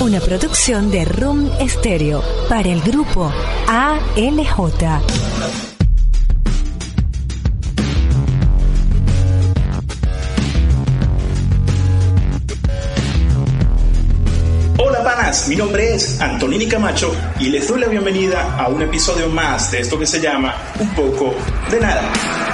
una producción de Room Stereo para el grupo ALJ. Hola panas, mi nombre es Antonini Camacho y les doy la bienvenida a un episodio más de esto que se llama Un poco de nada.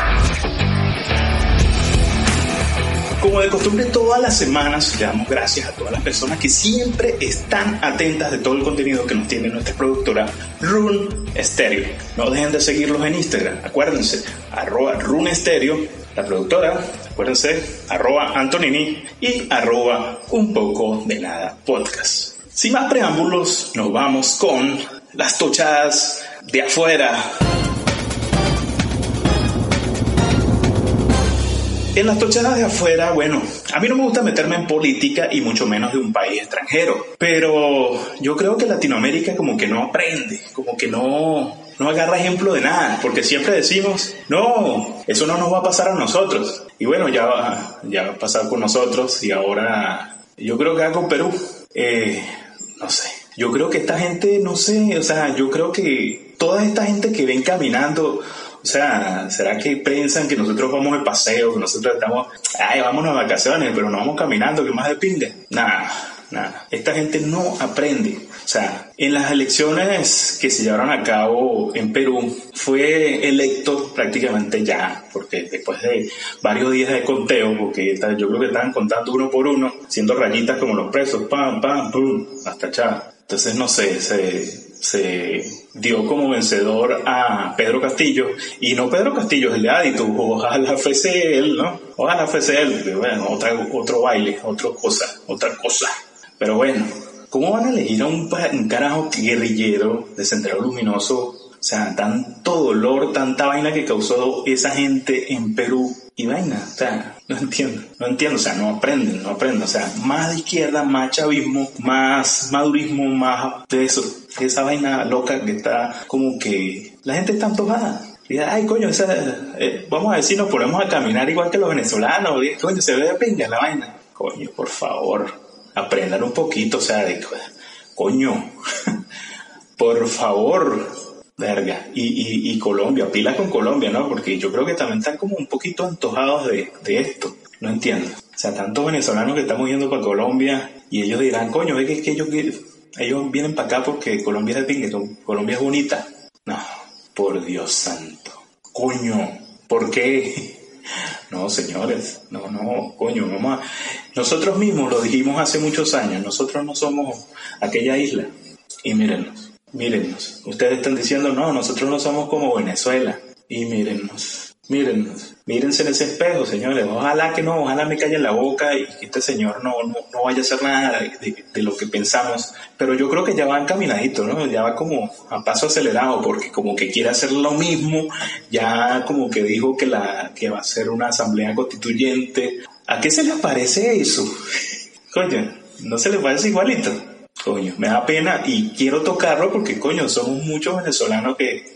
Como de costumbre, todas las semanas le damos gracias a todas las personas que siempre están atentas de todo el contenido que nos tiene nuestra productora Room Stereo. No dejen de seguirlos en Instagram, acuérdense, @RoomStereo, la productora, acuérdense, @Antonini y @Un poco de nada podcast. Sin más preámbulos, nos vamos con las tochadas de afuera. En las tochadas de afuera, bueno, a mí no me gusta meterme en política y mucho menos de un país extranjero, pero yo creo que Latinoamérica como que no aprende, como que no agarra ejemplo de nada, porque siempre decimos, no, eso no nos va a pasar a nosotros. Y bueno, ya va a pasar con nosotros y ahora yo creo que con Perú, no sé, yo creo que esta gente, no sé, o sea, yo creo que toda esta gente que ven caminando, o sea, ¿será que piensan que nosotros vamos de paseo, que nosotros estamos, vámonos a vacaciones, pero no vamos caminando, que más de pingue? Nada. Esta gente no aprende. O sea, en las elecciones que se llevaron a cabo en Perú, fue electo prácticamente ya, porque después de varios días de conteo, porque yo creo que estaban contando uno por uno, haciendo rayitas como los presos, pam, pum, hasta chao. Entonces, no sé, se dio como vencedor a Pedro Castillo, y no Pedro Castillo, el de Adito, ojalá fuese él, ¿no? Ojalá fuese él, bueno, otro baile, otra cosa. Pero bueno, ¿cómo van a elegir a un carajo guerrillero de Sendero Luminoso? O sea, tanto dolor, tanta vaina que causó esa gente en Perú y vaina, o sea, no entiendo, o sea, no aprenden, o sea, más de izquierda, más chavismo, más madurismo, más de eso, esa vaina loca que está como que la gente está antojada. Y, ay, coño, vamos a decir, nos ponemos a caminar igual que los venezolanos, y, coño, se ve de pinga la vaina. Coño, por favor, aprendan un poquito, o sea, coño, por favor. Verga, y Colombia, pila con Colombia, ¿no? Porque yo creo que también están como un poquito antojados de esto, no entiendo. O sea, tantos venezolanos que estamos yendo para Colombia y ellos dirán, coño, es que ellos vienen para acá porque Colombia es de pingue, Colombia es bonita. No, por Dios santo, coño, ¿por qué? No, señores, no, coño, nosotros mismos lo dijimos hace muchos años, nosotros no somos aquella isla, y mírennos, ustedes están diciendo, no, nosotros no somos como Venezuela, y mírennos, mírense en ese espejo, señores, ojalá me calle en la boca y que este señor no vaya a hacer nada de lo que pensamos, pero yo creo que ya va encaminadito, ¿no? Ya va como a paso acelerado, porque como que quiere hacer lo mismo, ya como que dijo que va a ser una asamblea constituyente. ¿A qué se les parece eso? Coño, ¿no se les parece igualito? Coño, me da pena y quiero tocarlo porque, coño, somos muchos venezolanos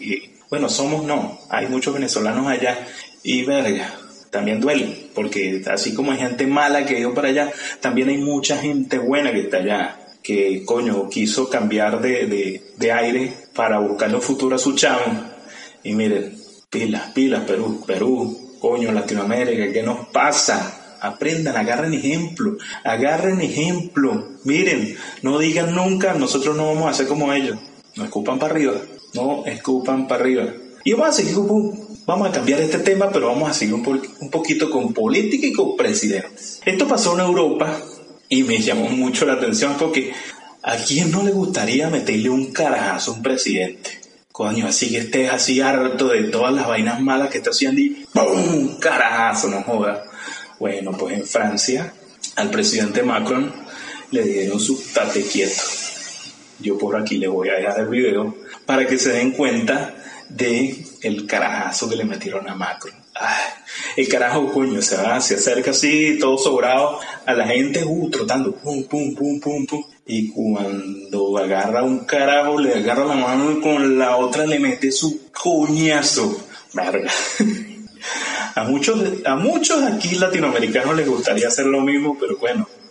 hay muchos venezolanos allá y verga, también duele, porque así como hay gente mala que ha ido para allá, también hay mucha gente buena que está allá, que, coño, quiso cambiar de aire para buscarle un futuro a su chavo. Y miren, pilas, Perú, coño, Latinoamérica, ¿qué nos pasa? Aprendan, agarren ejemplo, miren, no digan nunca, nosotros no vamos a hacer como ellos, no escupan para arriba. Y vamos a cambiar este tema, pero vamos a seguir un poquito con política y con presidentes. Esto pasó en Europa y me llamó mucho la atención porque ¿a quién no le gustaría meterle un carajazo a un presidente? Coño, así que estés así harto de todas las vainas malas que está haciendo y ¡pum! Carajazo, no joda. Bueno, pues en Francia al presidente Macron le dieron su tate quieto. Yo por aquí le voy a dejar el video para que se den cuenta de el carajazo que le metieron a Macron. El carajo, coño, se acerca así, todo sobrado a la gente, trotando, pum. Y cuando agarra un carajo, le agarra la mano y con la otra le mete su coñazo. Verga. A muchos aquí latinoamericanos les gustaría hacer lo mismo, pero bueno,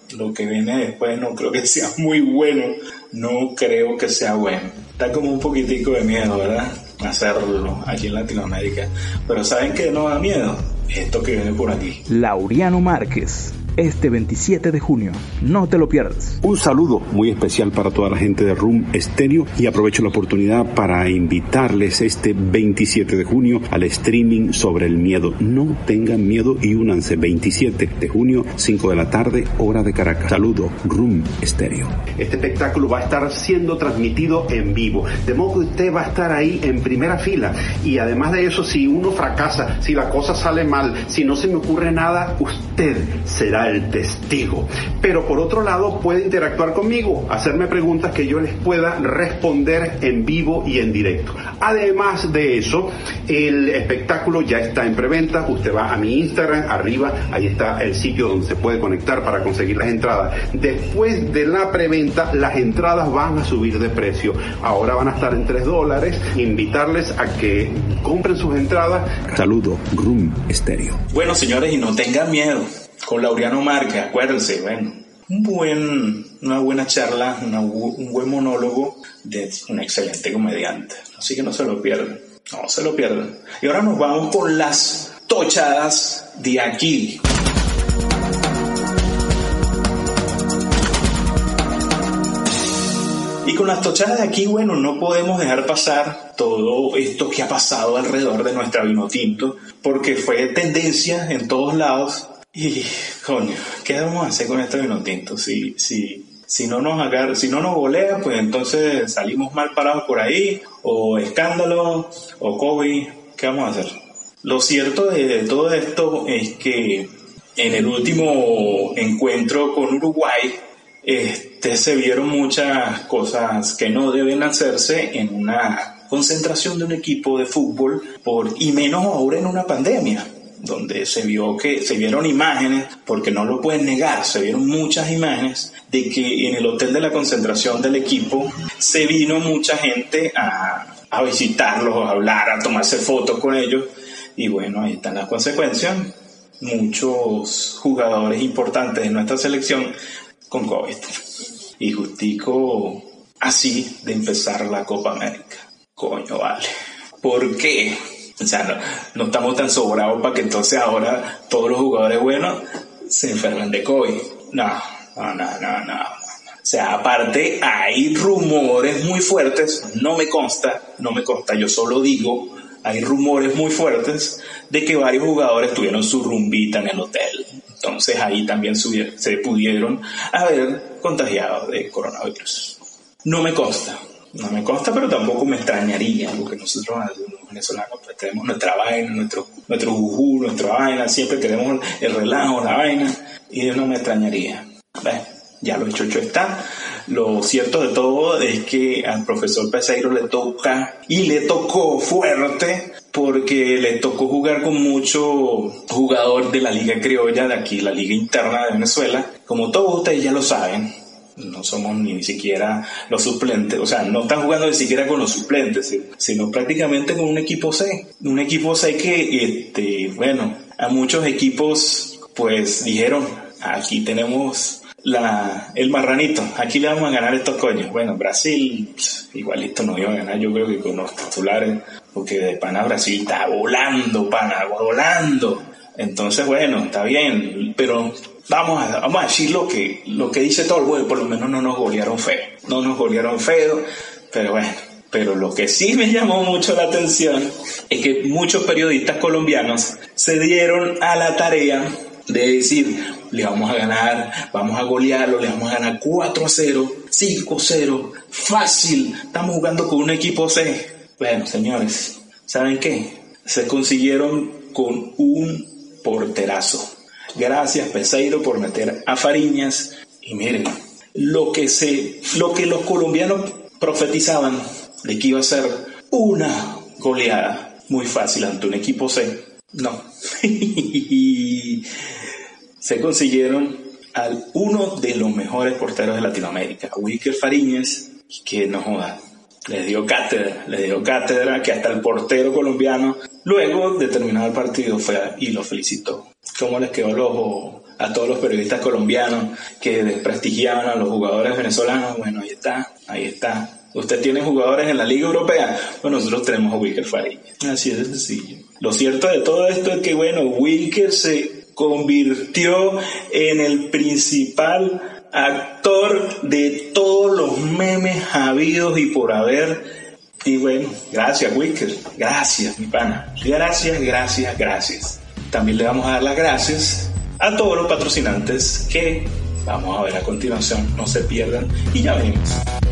lo que viene después no creo que sea muy bueno. No creo que sea bueno. Da como un poquitico de miedo, ¿verdad? Hacerlo aquí en Latinoamérica. Pero ¿saben qué no da miedo? Esto que viene por aquí. Laureano Márquez. Este 27 de junio, no te lo pierdas. Un saludo muy especial para toda la gente de Room Stereo y aprovecho la oportunidad para invitarles este 27 de junio al streaming sobre el miedo. No tengan miedo y únanse 27 de junio, 5 de la tarde, hora de Caracas. Saludo, Room Stereo. Este espectáculo va a estar siendo transmitido en vivo, de modo que usted va a estar ahí en primera fila y además de eso, si uno fracasa, si la cosa sale mal, si no se me ocurre nada, usted será el testigo. Pero por otro lado puede interactuar conmigo, hacerme preguntas que yo les pueda responder en vivo y en directo. Además de eso, el espectáculo ya está en preventa. Usted va a mi Instagram, arriba, ahí está el sitio donde se puede conectar para conseguir las entradas. Después de la preventa, las entradas van a subir de precio. Ahora van a estar en $3. Invitarles a que compren sus entradas. Saludo, Room Stereo. Bueno, señores, y no tengan miedo. Con Laureano Márquez, acuérdense, bueno, una buena charla, un buen monólogo de un excelente comediante. Así que no se lo pierdan, no se lo pierdan. Y ahora nos vamos con las tochadas de aquí. Y con las tochadas de aquí, bueno, no podemos dejar pasar todo esto que ha pasado alrededor de nuestra Vinotinto, porque fue tendencia en todos lados. Y, coño, ¿qué vamos a hacer con este Vinotinto? Si no nos golea, pues entonces salimos mal parados por ahí, o escándalo, o COVID, ¿qué vamos a hacer? Lo cierto de todo esto es que en el último encuentro con Uruguay, se vieron muchas cosas que no deben hacerse en una concentración de un equipo de fútbol, y menos ahora en una pandemia, donde se vieron imágenes, porque no lo pueden negar, se vieron muchas imágenes de que en el hotel de la concentración del equipo se vino mucha gente a visitarlos, a hablar, a tomarse fotos con ellos, y bueno, ahí están las consecuencias. Muchos jugadores importantes de nuestra selección con COVID. Y justico así de empezar la Copa América. Coño, vale. ¿Por qué? O sea, no estamos tan sobrados para que entonces ahora todos los jugadores buenos se enfermen de COVID. No. O sea, aparte hay rumores muy fuertes, no me consta, yo solo digo, hay rumores muy fuertes de que varios jugadores tuvieron su rumbita en el hotel. Entonces ahí también se pudieron haber contagiado de coronavirus. No me consta, pero tampoco me extrañaría, porque nosotros los venezolanos pues, tenemos nuestra vaina, nuestro jujú, nuestra vaina, siempre queremos el relajo, la vaina, y no me extrañaría. Ya lo hecho está. Lo cierto de todo es que al profesor Peseiro le tocó fuerte, porque le tocó jugar con mucho jugador de la liga criolla de aquí, la liga interna de Venezuela. Como todos ustedes ya lo saben, no somos ni siquiera los suplentes, o sea, no están jugando ni siquiera con los suplentes, sino prácticamente con un equipo C. Un equipo C que, a muchos equipos pues dijeron, aquí tenemos el marranito, aquí le vamos a ganar estos coños. Bueno, Brasil igualito no iba a ganar, yo creo que con los titulares, porque de pana Brasil está volando. Entonces, bueno, está bien, pero vamos a decir lo que dice todo el mundo, por lo menos no nos golearon feo, pero bueno. Pero lo que sí me llamó mucho la atención es que muchos periodistas colombianos se dieron a la tarea de decir, le vamos a ganar, vamos a golearlo, le vamos a ganar 4-0, 5-0, fácil, estamos jugando con un equipo C. Bueno, señores, ¿saben qué? Se consiguieron con un porterazo. Gracias, Peseiro, por meter a Fariñas. Y miren, lo que los colombianos profetizaban de que iba a ser una goleada muy fácil ante un equipo C. No. Se consiguieron al uno de los mejores porteros de Latinoamérica, Wilker Fariñas, que no joda, le dio cátedra que hasta el portero colombiano, luego de terminar el partido, fue y lo felicitó. ¿Cómo les quedó el ojo a todos los periodistas colombianos que desprestigiaban a los jugadores venezolanos. Bueno, ahí está. ¿Usted tiene jugadores en la Liga Europea? Bueno, nosotros tenemos a Wilker Fariña. Así de sencillo. Lo cierto de todo esto es que, bueno, Wilker se convirtió en el principal actor de todos los memes habidos y por haber. Y bueno, gracias, Wilker. Gracias, mi pana. Gracias. También le vamos a dar las gracias a todos los patrocinantes que vamos a ver a continuación. No se pierdan y ya venimos.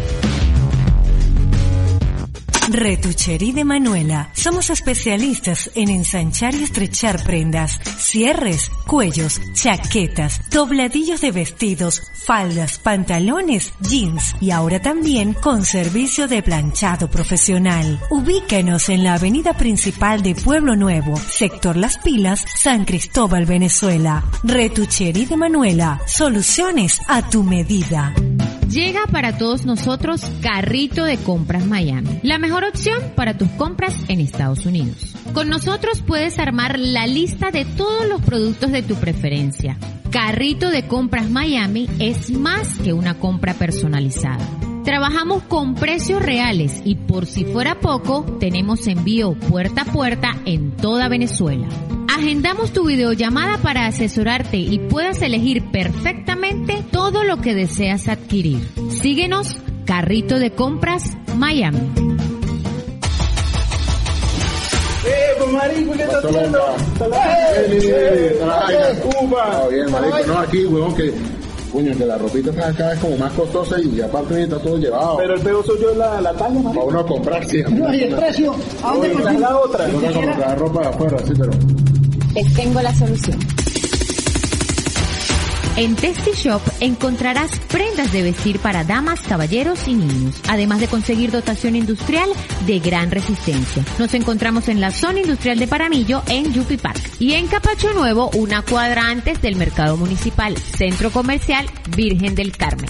Retuchería de Manuela. Somos especialistas en ensanchar y estrechar prendas, cierres, cuellos, chaquetas, dobladillos de vestidos, faldas, pantalones, jeans y ahora también con servicio de planchado profesional. Ubíquenos en la avenida principal de Pueblo Nuevo, sector Las Pilas, San Cristóbal, Venezuela. Retuchería de Manuela. Soluciones a tu medida. Llega para todos nosotros Carrito de Compras Miami, la mejor opción para tus compras en Estados Unidos. Con nosotros puedes armar la lista de todos los productos de tu preferencia. Carrito de Compras Miami es más que una compra personalizada. Trabajamos con precios reales y por si fuera poco, tenemos envío puerta a puerta en toda Venezuela. Agendamos tu videollamada para asesorarte y puedas elegir perfectamente todo lo que deseas adquirir. Síguenos, Carrito de Compras Miami. Marico, ¿qué estás haciendo? Está bien, marico, no, aquí, huevón, que... Coño, que la ropita está acá es como más costosa y aparte está todo llevado. Pero el peor soy yo la talla, marico. Va uno a comprar, sí. No, y el precio. ¿A dónde compras la otra? Yo voy a comprar ropa de afuera, sí, pero... Te tengo la solución. En Testy Shop encontrarás prendas de vestir para damas, caballeros y niños, además de conseguir dotación industrial de gran resistencia. Nos encontramos en la zona industrial de Paramillo, en Yupi Park, y en Capacho Nuevo, una cuadra antes del Mercado Municipal, Centro Comercial Virgen del Carmen.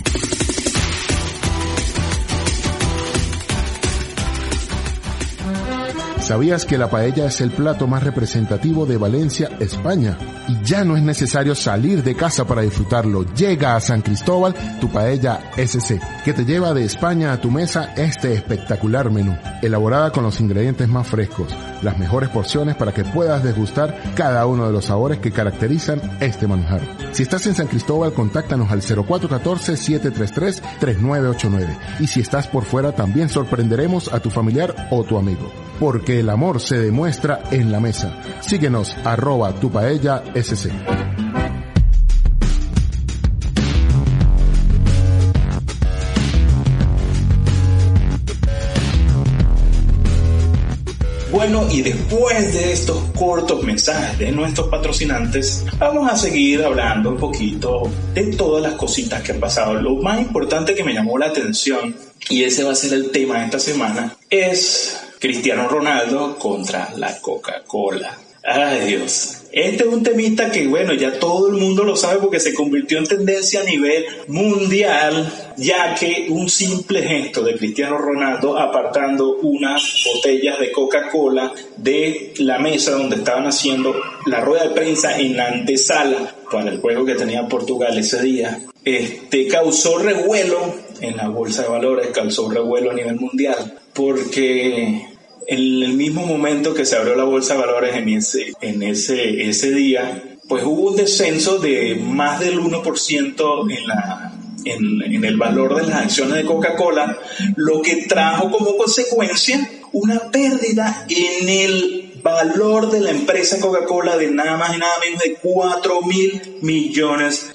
¿Sabías que la paella es el plato más representativo de Valencia, España? Y ya no es necesario salir de casa para disfrutarlo. Llega a San Cristóbal tu Paella SC, que te lleva de España a tu mesa este espectacular menú, elaborada con los ingredientes más frescos, las mejores porciones para que puedas degustar cada uno de los sabores que caracterizan este manjar. Si estás en San Cristóbal, contáctanos al 0414-733-3989. Y si estás por fuera, también sorprenderemos a tu familiar o tu amigo. Porque el amor se demuestra en la mesa. Síguenos, @tupaellasc. Bueno, y después de estos cortos mensajes de nuestros patrocinantes, vamos a seguir hablando un poquito de todas las cositas que han pasado. Lo más importante que me llamó la atención, y ese va a ser el tema de esta semana, es Cristiano Ronaldo contra la Coca-Cola. Ay, Dios. Este es un temita que, bueno, ya todo el mundo lo sabe porque se convirtió en tendencia a nivel mundial, ya que un simple gesto de Cristiano Ronaldo apartando unas botellas de Coca-Cola de la mesa donde estaban haciendo la rueda de prensa en la antesala para el juego que tenía Portugal ese día, causó revuelo en la bolsa de valores, causó revuelo a nivel mundial, porque en el mismo momento que se abrió la bolsa de valores en ese día, pues hubo un descenso de más del 1% en el valor de las acciones de Coca-Cola, lo que trajo como consecuencia una pérdida en el valor de la empresa Coca-Cola de nada más y nada menos de $4,000 millones.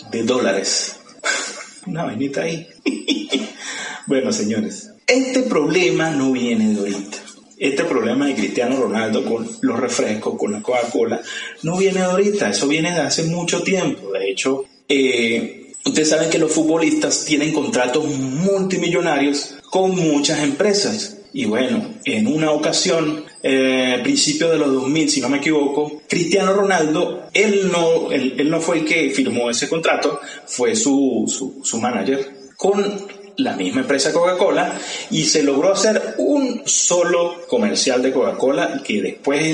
Una vainita ahí. Bueno, señores, este problema no viene de ahorita. Este problema de Cristiano Ronaldo con los refrescos, con la Coca-Cola, no viene de ahorita, eso viene de hace mucho tiempo. De hecho, ustedes saben que los futbolistas tienen contratos multimillonarios con muchas empresas. Y bueno, en una ocasión, principios de los 2000, si no me equivoco, Cristiano Ronaldo, él no fue el que firmó ese contrato, fue su manager con la misma empresa Coca-Cola, y se logró hacer un solo comercial de Coca-Cola que después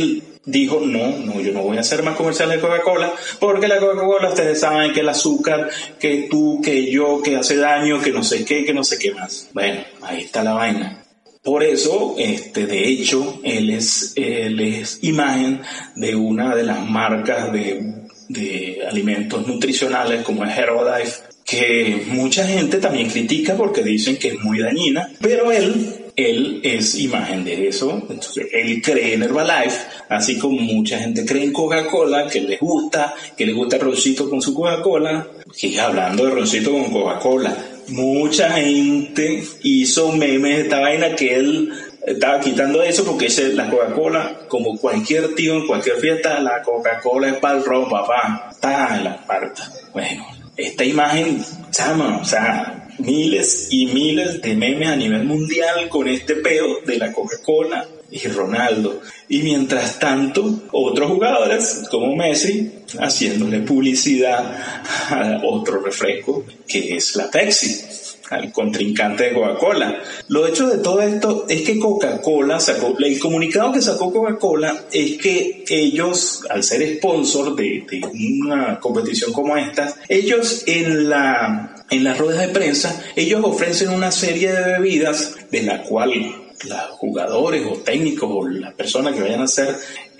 dijo, no, yo no voy a hacer más comerciales de Coca-Cola, porque la Coca-Cola ustedes saben que el azúcar, que tú, que yo, que hace daño, que no sé qué más. Bueno, ahí está la vaina. Por eso, de hecho, él es imagen de una de las marcas de alimentos nutricionales como es Herbalife, que mucha gente también critica porque dicen que es muy dañina, pero él es imagen de eso. Entonces él cree en Herbalife, así como mucha gente cree en Coca-Cola, que le gusta el roncito con su Coca-Cola. Y hablando de roncito con Coca-Cola, mucha gente hizo memes de esta vaina que él estaba quitando eso porque dice la Coca-Cola, como cualquier tío en cualquier fiesta, la Coca-Cola es para el ron, papá, está en la parta. Bueno, esta imagen, chama, o sea, miles y miles de memes a nivel mundial con este peo de la Coca-Cola y Ronaldo. Y mientras tanto, otros jugadores como Messi haciéndole publicidad a otro refresco que es la Pepsi, al contrincante de Coca-Cola. Lo hecho de todo esto es que Coca-Cola sacó, el comunicado que sacó Coca-Cola es que ellos, al ser sponsor de una competición como esta, ellos en las ruedas de prensa, ellos ofrecen una serie de bebidas de la cual los jugadores o técnicos o las personas que vayan a hacer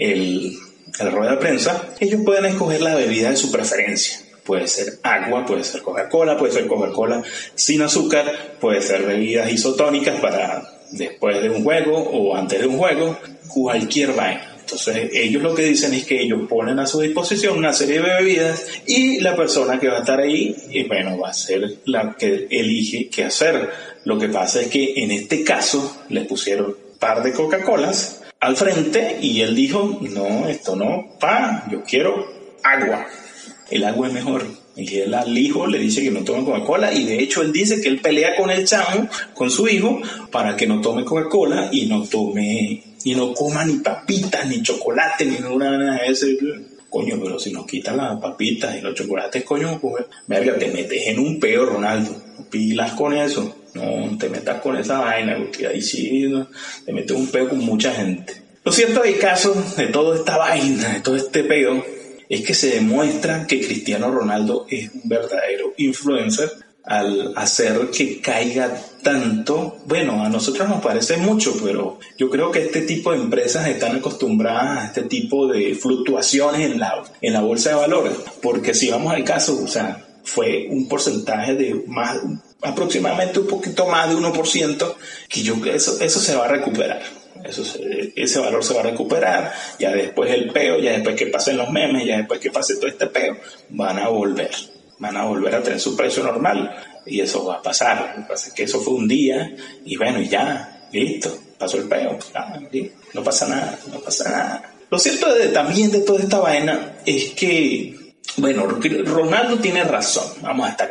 la rueda de prensa, ellos pueden escoger la bebida de su preferencia. Puede ser agua, puede ser Coca-Cola, puede ser Coca-Cola sin azúcar, puede ser bebidas isotónicas para después de un juego o antes de un juego, cualquier vaina. Entonces ellos lo que dicen es que ellos ponen a su disposición una serie de bebidas y la persona que va a estar ahí, bueno, va a ser la que elige qué hacer. Lo que pasa es que en este caso le pusieron un par de Coca-Colas al frente y él dijo, no, esto no, yo quiero agua. El agua es mejor. Y él al hijo le dice que no tome Coca-Cola y de hecho él dice que él pelea con el chamo, con su hijo, para que no tome Coca-Cola y no coma ni papitas, ni chocolate, ni nada de ese. Coño, pero si nos quitan las papitas y los chocolates, coño, pues, verga, te metes en un peo, Ronaldo. Pilas con eso. No te metas con esa vaina, porque ahí sí te metes un peo con mucha gente. Lo cierto del caso de toda esta vaina, de todo este peo, es que se demuestra que Cristiano Ronaldo es un verdadero influencer al hacer que caiga tanto. Bueno, a nosotros nos parece mucho, pero yo creo que este tipo de empresas están acostumbradas a este tipo de fluctuaciones en la bolsa de valores, porque si vamos al caso, o sea, fue un porcentaje de más, aproximadamente un poquito más de 1%, que eso se va a recuperar. Ese valor se va a recuperar, ya después el peo, ya después que pasen los memes, ya después que pase todo este peo, van a volver a tener su precio normal y eso va a pasar. Lo que pasa es que eso fue un día y bueno, y ya, listo, pasó el peo, no pasa nada. Lo cierto también de toda esta vaina es que, bueno, Ronaldo tiene razón, vamos a estar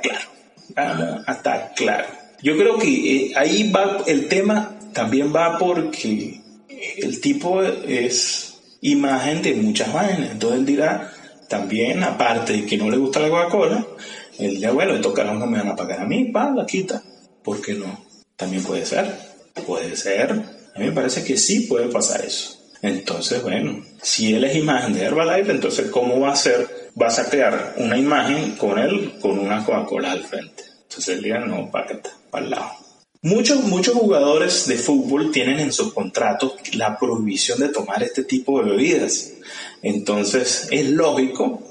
claro. Yo creo que ahí va el tema, también va porque el tipo es imagen de muchas vainas. Entonces él dirá, también, aparte de que no le gusta la Coca-Cola, él dirá, bueno, estos carajos no me van a pagar a mí, la quita. ¿Por qué no? También puede ser. A mí me parece que sí puede pasar eso. Entonces, bueno, si él es imagen de Herbalife, entonces ¿cómo va a ser? Vas a crear una imagen con él, con una Coca-Cola al frente. Entonces él dirá, no, para el lado. Muchos jugadores de fútbol tienen en sus contratos la prohibición de tomar este tipo de bebidas. Entonces es lógico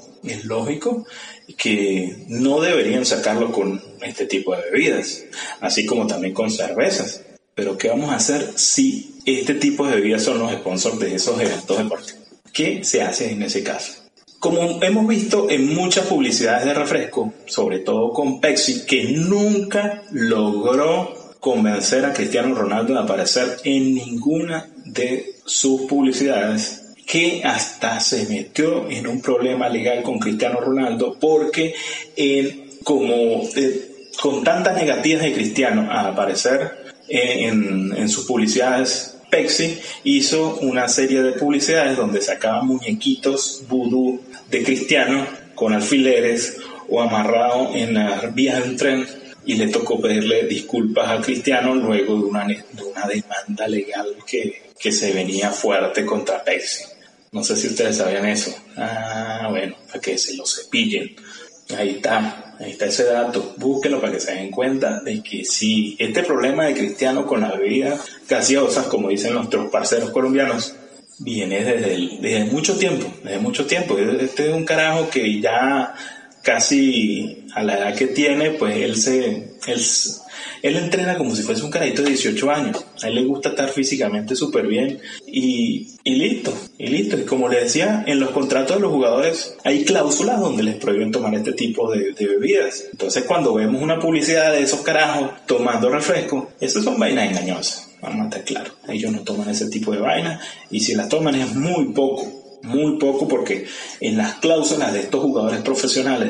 que no deberían sacarlo con este tipo de bebidas, así como también con cervezas. Pero ¿qué vamos a hacer si este tipo de bebidas son los sponsors de esos eventos deportivos? ¿Qué se hace en ese caso? Como hemos visto en muchas publicidades de refresco, sobre todo con Pepsi, que nunca logró convencer a Cristiano Ronaldo de aparecer en ninguna de sus publicidades, que hasta se metió en un problema legal con Cristiano Ronaldo porque con tantas negativas de Cristiano a aparecer en sus publicidades, Pepsi hizo una serie de publicidades donde sacaban muñequitos vudú de Cristiano con alfileres o amarrado en las vías de un tren, y le tocó pedirle disculpas a Cristiano luego de una demanda legal que se venía fuerte contra Pepsi. No sé si ustedes sabían eso. Bueno, para que se lo cepillen. Ahí está ese dato. Búsquenlo para que se den cuenta de que sí, este problema de Cristiano con las bebidas gaseosas, como dicen nuestros parceros colombianos, viene desde mucho tiempo. Este es un carajo que ya casi a la edad que tiene, pues él entrena como si fuese un carajito de 18 años. A él le gusta estar físicamente súper bien y listo. Y como le decía, en los contratos de los jugadores hay cláusulas donde les prohíben tomar este tipo de bebidas. Entonces, cuando vemos una publicidad de esos carajos tomando refresco, esas son vainas engañosas. Vamos a estar claros. Ellos no toman ese tipo de vainas, y si las toman es muy poco, porque en las cláusulas de estos jugadores profesionales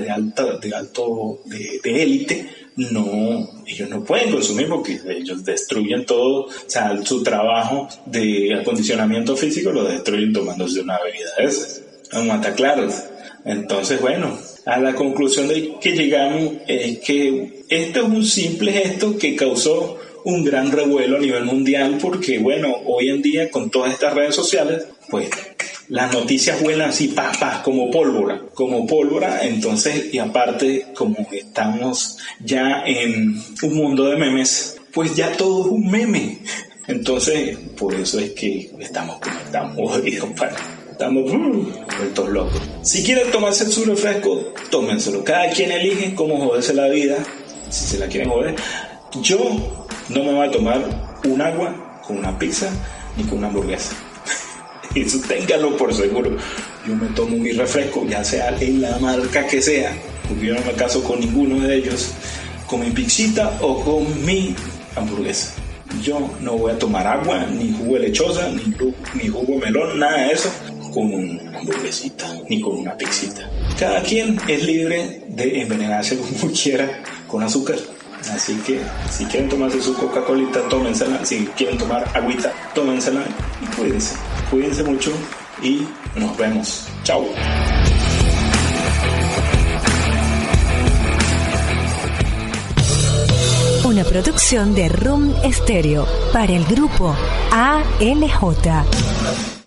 de élite, ellos no pueden consumir, porque ellos destruyen todo, o sea, su trabajo de acondicionamiento físico lo destruyen tomándose una bebida de esas. Vamos a estar claros. Entonces, bueno, a la conclusión de que llegamos es que este es un simple gesto que causó un gran revuelo a nivel mundial, porque bueno, hoy en día con todas estas redes sociales, pues las noticias vuelan así, como pólvora. Entonces, y aparte, como estamos ya en un mundo de memes, pues ya todo es un meme. Entonces, por eso es que estamos jodidos, estamos vueltos locos. Si quieren tomarse su refresco, tómenselo. Cada quien elige cómo joderse la vida, si se la quieren joder. Yo no me voy a tomar un agua con una pizza ni con una hamburguesa. Eso ténganlo por seguro. Yo me tomo mi refresco, ya sea en la marca que sea, porque yo no me caso con ninguno de ellos, con mi pizzita o con mi hamburguesa. Yo no voy a tomar agua, ni jugo de lechosa, ni jugo de melón, nada de eso, con una hamburguesita, ni con una pizzita. Cada quien es libre de envenenarse como quiera con azúcar. Así que si quieren tomarse su Coca-Colita, tómensela. Si quieren tomar agüita, tómensela. Y cuídense mucho y nos vemos. Chao. Una producción de Room Stereo para el grupo ALJ.